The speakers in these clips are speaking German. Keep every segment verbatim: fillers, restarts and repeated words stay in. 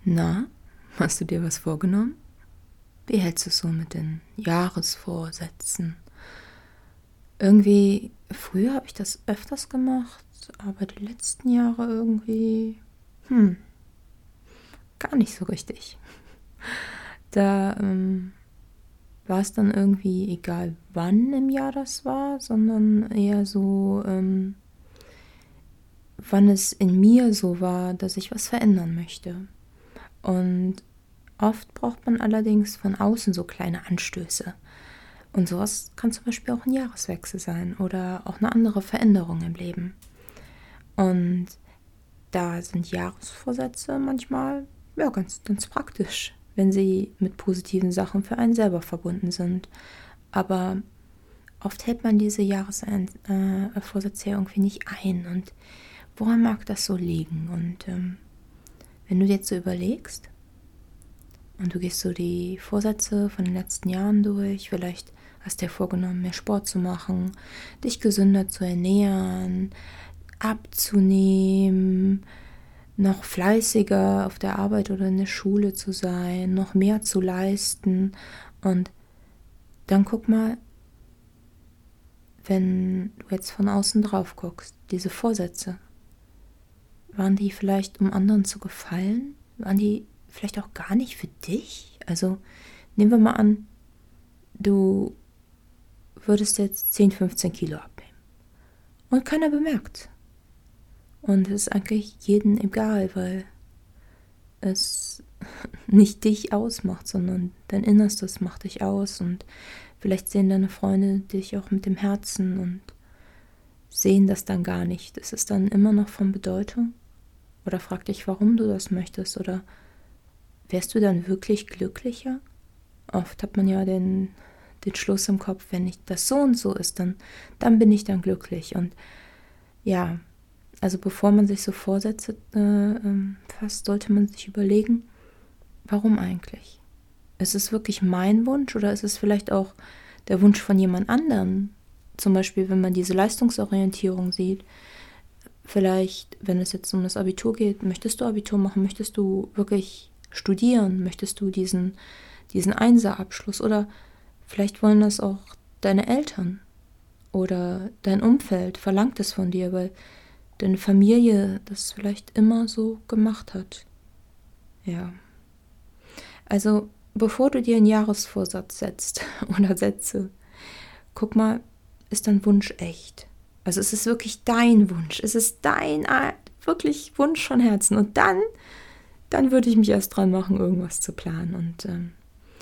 Na, hast du dir was vorgenommen? Wie hältst du es so mit den Jahresvorsätzen? Irgendwie, früher habe ich das öfters gemacht, aber die letzten Jahre irgendwie, hm, gar nicht so richtig. Da ähm, war es dann irgendwie egal, wann im Jahr das war, sondern eher so, ähm, wann es in mir so war, dass ich was verändern möchte. Und oft braucht man allerdings von außen so kleine Anstöße. Und sowas kann zum Beispiel auch ein Jahreswechsel sein oder auch eine andere Veränderung im Leben. Und da sind Jahresvorsätze manchmal ja, ganz, ganz praktisch, wenn sie mit positiven Sachen für einen selber verbunden sind. Aber oft hält man diese Jahresvorsätze ja irgendwie nicht ein. Und woran mag das so liegen? Und ähm, wenn du jetzt so überlegst und du gehst so die Vorsätze von den letzten Jahren durch, vielleicht hast du dir vorgenommen, mehr Sport zu machen, dich gesünder zu ernähren, abzunehmen, noch fleißiger auf der Arbeit oder in der Schule zu sein, noch mehr zu leisten. Und dann guck mal, wenn du jetzt von außen drauf guckst, diese Vorsätze, waren die vielleicht, um anderen zu gefallen? Waren die vielleicht auch gar nicht für dich? Also nehmen wir mal an, du würdest jetzt zehn, fünfzehn Kilo abnehmen. Und keiner bemerkt. Und es ist eigentlich jedem egal, weil es nicht dich ausmacht, sondern dein Innerstes macht dich aus. Und vielleicht sehen deine Freunde dich auch mit dem Herzen und sehen das dann gar nicht. Ist es dann immer noch von Bedeutung? Oder frag dich, warum du das möchtest? Oder wärst du dann wirklich glücklicher? Oft hat man ja den, den Schluss im Kopf, wenn nicht das so und so ist, dann, dann bin ich dann glücklich. Und ja, also bevor man sich so Vorsätze äh, fasst, sollte man sich überlegen, warum eigentlich? Ist es wirklich mein Wunsch oder ist es vielleicht auch der Wunsch von jemand anderem? Zum Beispiel, wenn man diese Leistungsorientierung sieht, vielleicht, wenn es jetzt um das Abitur geht, möchtest du Abitur machen, möchtest du wirklich studieren, möchtest du diesen, diesen Einser-Abschluss oder vielleicht wollen das auch deine Eltern oder dein Umfeld verlangt es von dir, weil deine Familie das vielleicht immer so gemacht hat. Ja. Also, bevor du dir einen Jahresvorsatz setzt oder setze, guck mal, ist dein Wunsch echt? Also es ist wirklich dein Wunsch. Es ist dein wirklich Wunsch von Herzen. Und dann, dann würde ich mich erst dran machen, irgendwas zu planen. Und ähm,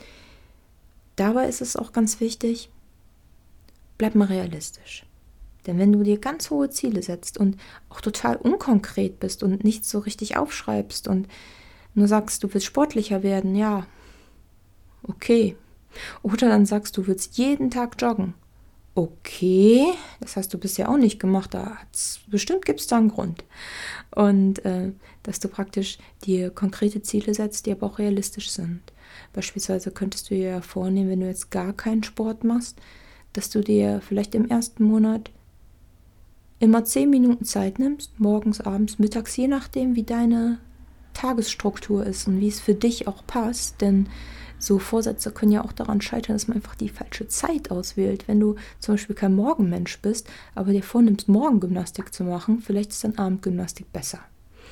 dabei ist es auch ganz wichtig, bleib mal realistisch. Denn wenn du dir ganz hohe Ziele setzt und auch total unkonkret bist und nichts so richtig aufschreibst und nur sagst, du willst sportlicher werden, ja, okay. Oder dann sagst, du willst jeden Tag joggen. Okay, das hast du bisher auch nicht gemacht, da hat's, bestimmt gibt es da einen Grund. Und äh, dass du praktisch dir konkrete Ziele setzt, die aber auch realistisch sind. Beispielsweise könntest du dir ja vornehmen, wenn du jetzt gar keinen Sport machst, dass du dir vielleicht im ersten Monat immer zehn Minuten Zeit nimmst, morgens, abends, mittags, je nachdem, wie deine Tagesstruktur ist und wie es für dich auch passt, denn so Vorsätze können ja auch daran scheitern, dass man einfach die falsche Zeit auswählt. Wenn du zum Beispiel kein Morgenmensch bist, aber dir vornimmst, Morgengymnastik zu machen, vielleicht ist dann Abendgymnastik besser.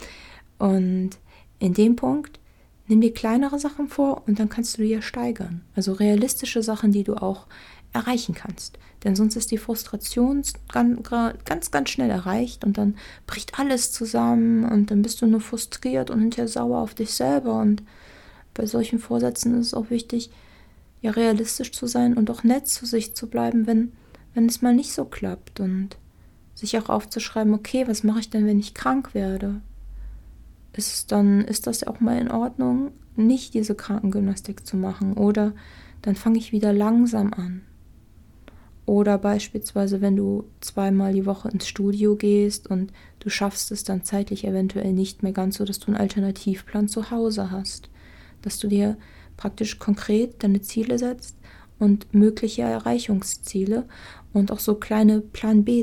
Und in dem Punkt, nimm dir kleinere Sachen vor und dann kannst du dir steigern. Also realistische Sachen, die du auch erreichen kannst. Denn sonst ist die Frustration ganz, ganz schnell erreicht und dann bricht alles zusammen und dann bist du nur frustriert und hinterher sauer auf dich selber. Und bei solchen Vorsätzen ist es auch wichtig, ja realistisch zu sein und auch nett zu sich zu bleiben, wenn, wenn es mal nicht so klappt und sich auch aufzuschreiben, okay, was mache ich denn, wenn ich krank werde? Ist, dann ist das auch mal in Ordnung, nicht diese Krankengymnastik zu machen oder dann fange ich wieder langsam an. Oder beispielsweise, wenn du zweimal die Woche ins Studio gehst und du schaffst es dann zeitlich eventuell nicht mehr ganz so, dass du einen Alternativplan zu Hause hast. Dass du dir praktisch konkret deine Ziele setzt und mögliche Erreichungsziele und auch so kleine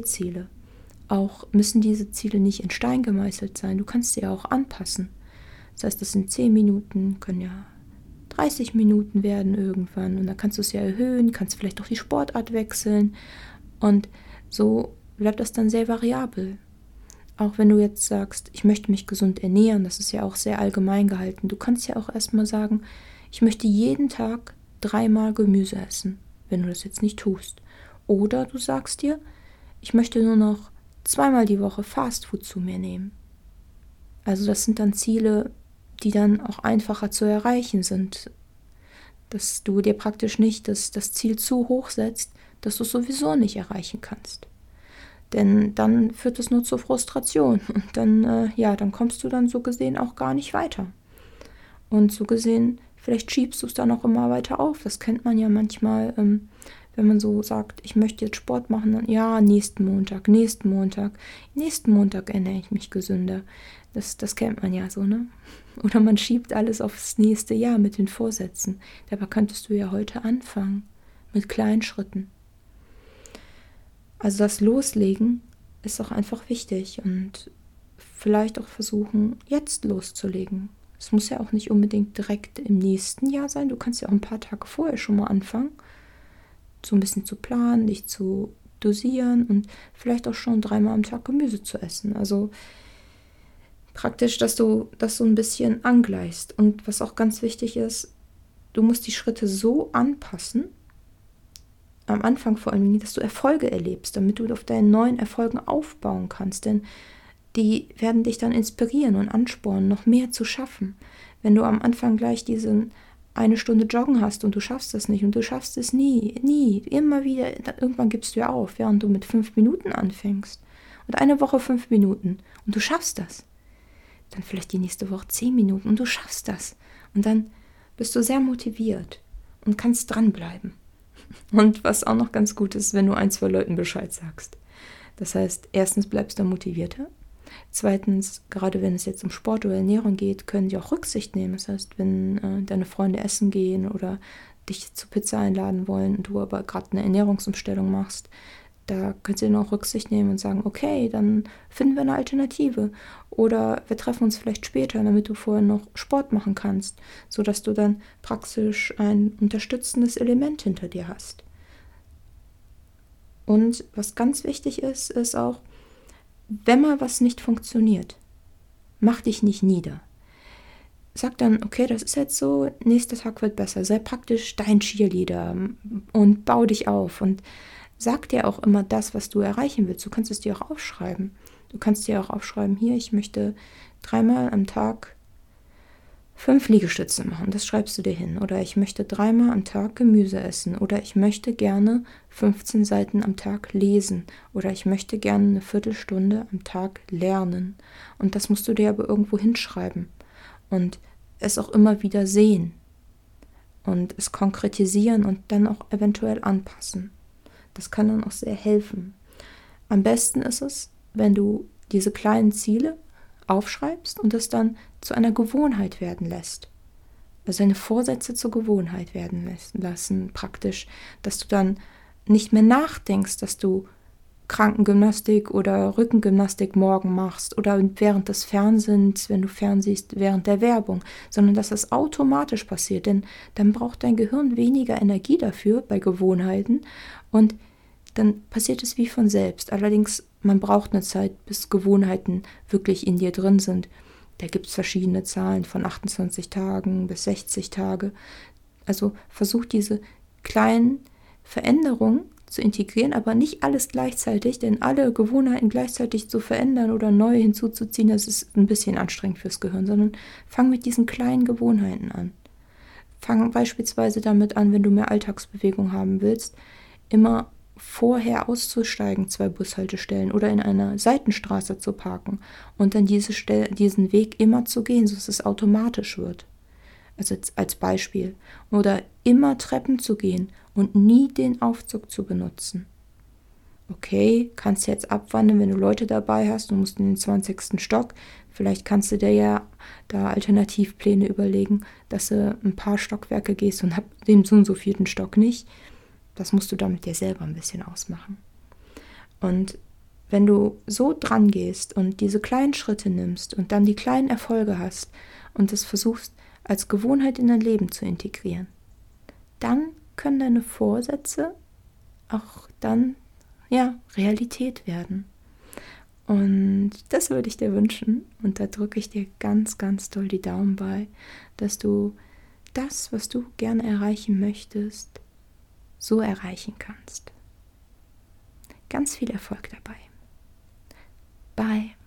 Plan-B-Ziele. Auch müssen diese Ziele nicht in Stein gemeißelt sein. Du kannst sie ja auch anpassen. Das heißt, das sind zehn Minuten, können ja dreißig Minuten werden irgendwann. Und dann kannst du es ja erhöhen, kannst vielleicht auch die Sportart wechseln. Und so bleibt das dann sehr variabel. Auch wenn du jetzt sagst, ich möchte mich gesund ernähren, das ist ja auch sehr allgemein gehalten. Du kannst ja auch erstmal sagen, ich möchte jeden Tag dreimal Gemüse essen, wenn du das jetzt nicht tust. Oder du sagst dir, ich möchte nur noch zweimal die Woche Fastfood zu mir nehmen. Also das sind dann Ziele, die dann auch einfacher zu erreichen sind. Dass du dir praktisch nicht das, das Ziel zu hoch setzt, dass du es sowieso nicht erreichen kannst. Denn dann führt es nur zur Frustration und dann, äh, ja, dann kommst du dann so gesehen auch gar nicht weiter. Und so gesehen, vielleicht schiebst du es dann auch immer weiter auf. Das kennt man ja manchmal, ähm, wenn man so sagt, ich möchte jetzt Sport machen, dann ja, nächsten Montag, nächsten Montag, nächsten Montag ernähre ich mich gesünder. Das, das kennt man ja so, ne? Oder man schiebt alles aufs nächste Jahr mit den Vorsätzen. Dabei könntest du ja heute anfangen, mit kleinen Schritten. Also das Loslegen ist auch einfach wichtig und vielleicht auch versuchen, jetzt loszulegen. Es muss ja auch nicht unbedingt direkt im nächsten Jahr sein. Du kannst ja auch ein paar Tage vorher schon mal anfangen, so ein bisschen zu planen, dich zu dosieren und vielleicht auch schon dreimal am Tag Gemüse zu essen. Also praktisch, dass du das so ein bisschen angleichst. Und was auch ganz wichtig ist, du musst die Schritte so anpassen, am Anfang vor allem, dass du Erfolge erlebst, damit du auf deinen neuen Erfolgen aufbauen kannst. Denn die werden dich dann inspirieren und anspornen, noch mehr zu schaffen. Wenn du am Anfang gleich diese eine Stunde Joggen hast und du schaffst das nicht und du schaffst es nie, nie, immer wieder, dann irgendwann gibst du ja auf, während du mit fünf Minuten anfängst. Und eine Woche fünf Minuten und du schaffst das. Dann vielleicht die nächste Woche zehn Minuten und du schaffst das. Und dann bist du sehr motiviert und kannst dranbleiben. Und was auch noch ganz gut ist, wenn du ein, zwei Leuten Bescheid sagst. Das heißt, erstens bleibst du motivierter. Zweitens, gerade wenn es jetzt um Sport oder Ernährung geht, können die auch Rücksicht nehmen. Das heißt, wenn äh, deine Freunde essen gehen oder dich zu Pizza einladen wollen und du aber gerade eine Ernährungsumstellung machst, da könnt ihr noch Rücksicht nehmen und sagen, okay, dann finden wir eine Alternative. Oder wir treffen uns vielleicht später, damit du vorher noch Sport machen kannst, sodass du dann praktisch ein unterstützendes Element hinter dir hast. Und was ganz wichtig ist, ist auch, wenn mal was nicht funktioniert, mach dich nicht nieder. Sag dann, okay, das ist jetzt so, nächster Tag wird besser. Sei praktisch dein Cheerleader und bau dich auf und sag dir auch immer das, was du erreichen willst. Du kannst es dir auch aufschreiben. Du kannst dir auch aufschreiben, hier, ich möchte dreimal am Tag fünf Liegestütze machen. Das schreibst du dir hin. Oder ich möchte dreimal am Tag Gemüse essen. Oder ich möchte gerne fünfzehn Seiten am Tag lesen. Oder ich möchte gerne eine Viertelstunde am Tag lernen. Und das musst du dir aber irgendwo hinschreiben. Und es auch immer wieder sehen. Und es konkretisieren und dann auch eventuell anpassen. Das kann dann auch sehr helfen. Am besten ist es, wenn du diese kleinen Ziele aufschreibst und das dann zu einer Gewohnheit werden lässt. Also deine Vorsätze zur Gewohnheit werden lassen, praktisch, dass du dann nicht mehr nachdenkst, dass du Krankengymnastik oder Rückengymnastik morgen machst oder während des Fernsehens, wenn du fernsiehst, während der Werbung, sondern dass das automatisch passiert, denn dann braucht dein Gehirn weniger Energie dafür bei Gewohnheiten und dann passiert es wie von selbst. Allerdings, man braucht eine Zeit, bis Gewohnheiten wirklich in dir drin sind. Da gibt es verschiedene Zahlen von achtundzwanzig Tagen bis sechzig Tage. Also versuch diese kleinen Veränderungen zu integrieren, aber nicht alles gleichzeitig, denn alle Gewohnheiten gleichzeitig zu verändern oder neue hinzuzuziehen, das ist ein bisschen anstrengend fürs Gehirn, sondern fang mit diesen kleinen Gewohnheiten an. Fang beispielsweise damit an, wenn du mehr Alltagsbewegung haben willst, immer vorher auszusteigen, zwei Bushaltestellen oder in einer Seitenstraße zu parken und dann diese Stel- diesen Weg immer zu gehen, sodass es automatisch wird. Also jetzt als Beispiel. Oder immer Treppen zu gehen und nie den Aufzug zu benutzen. Okay, kannst du jetzt abwandern, wenn du Leute dabei hast, du musst in den zwanzigsten Stock. Vielleicht kannst du dir ja da Alternativpläne überlegen, dass du ein paar Stockwerke gehst und ab dem so und so vierten Stock nicht. Das musst du dann mit dir selber ein bisschen ausmachen. Und wenn du so dran gehst und diese kleinen Schritte nimmst und dann die kleinen Erfolge hast und das versuchst als Gewohnheit in dein Leben zu integrieren, dann können deine Vorsätze auch dann, ja, Realität werden. Und das würde ich dir wünschen und da drücke ich dir ganz, ganz doll die Daumen bei, dass du das, was du gerne erreichen möchtest, so erreichen kannst. Ganz viel Erfolg dabei. Bye.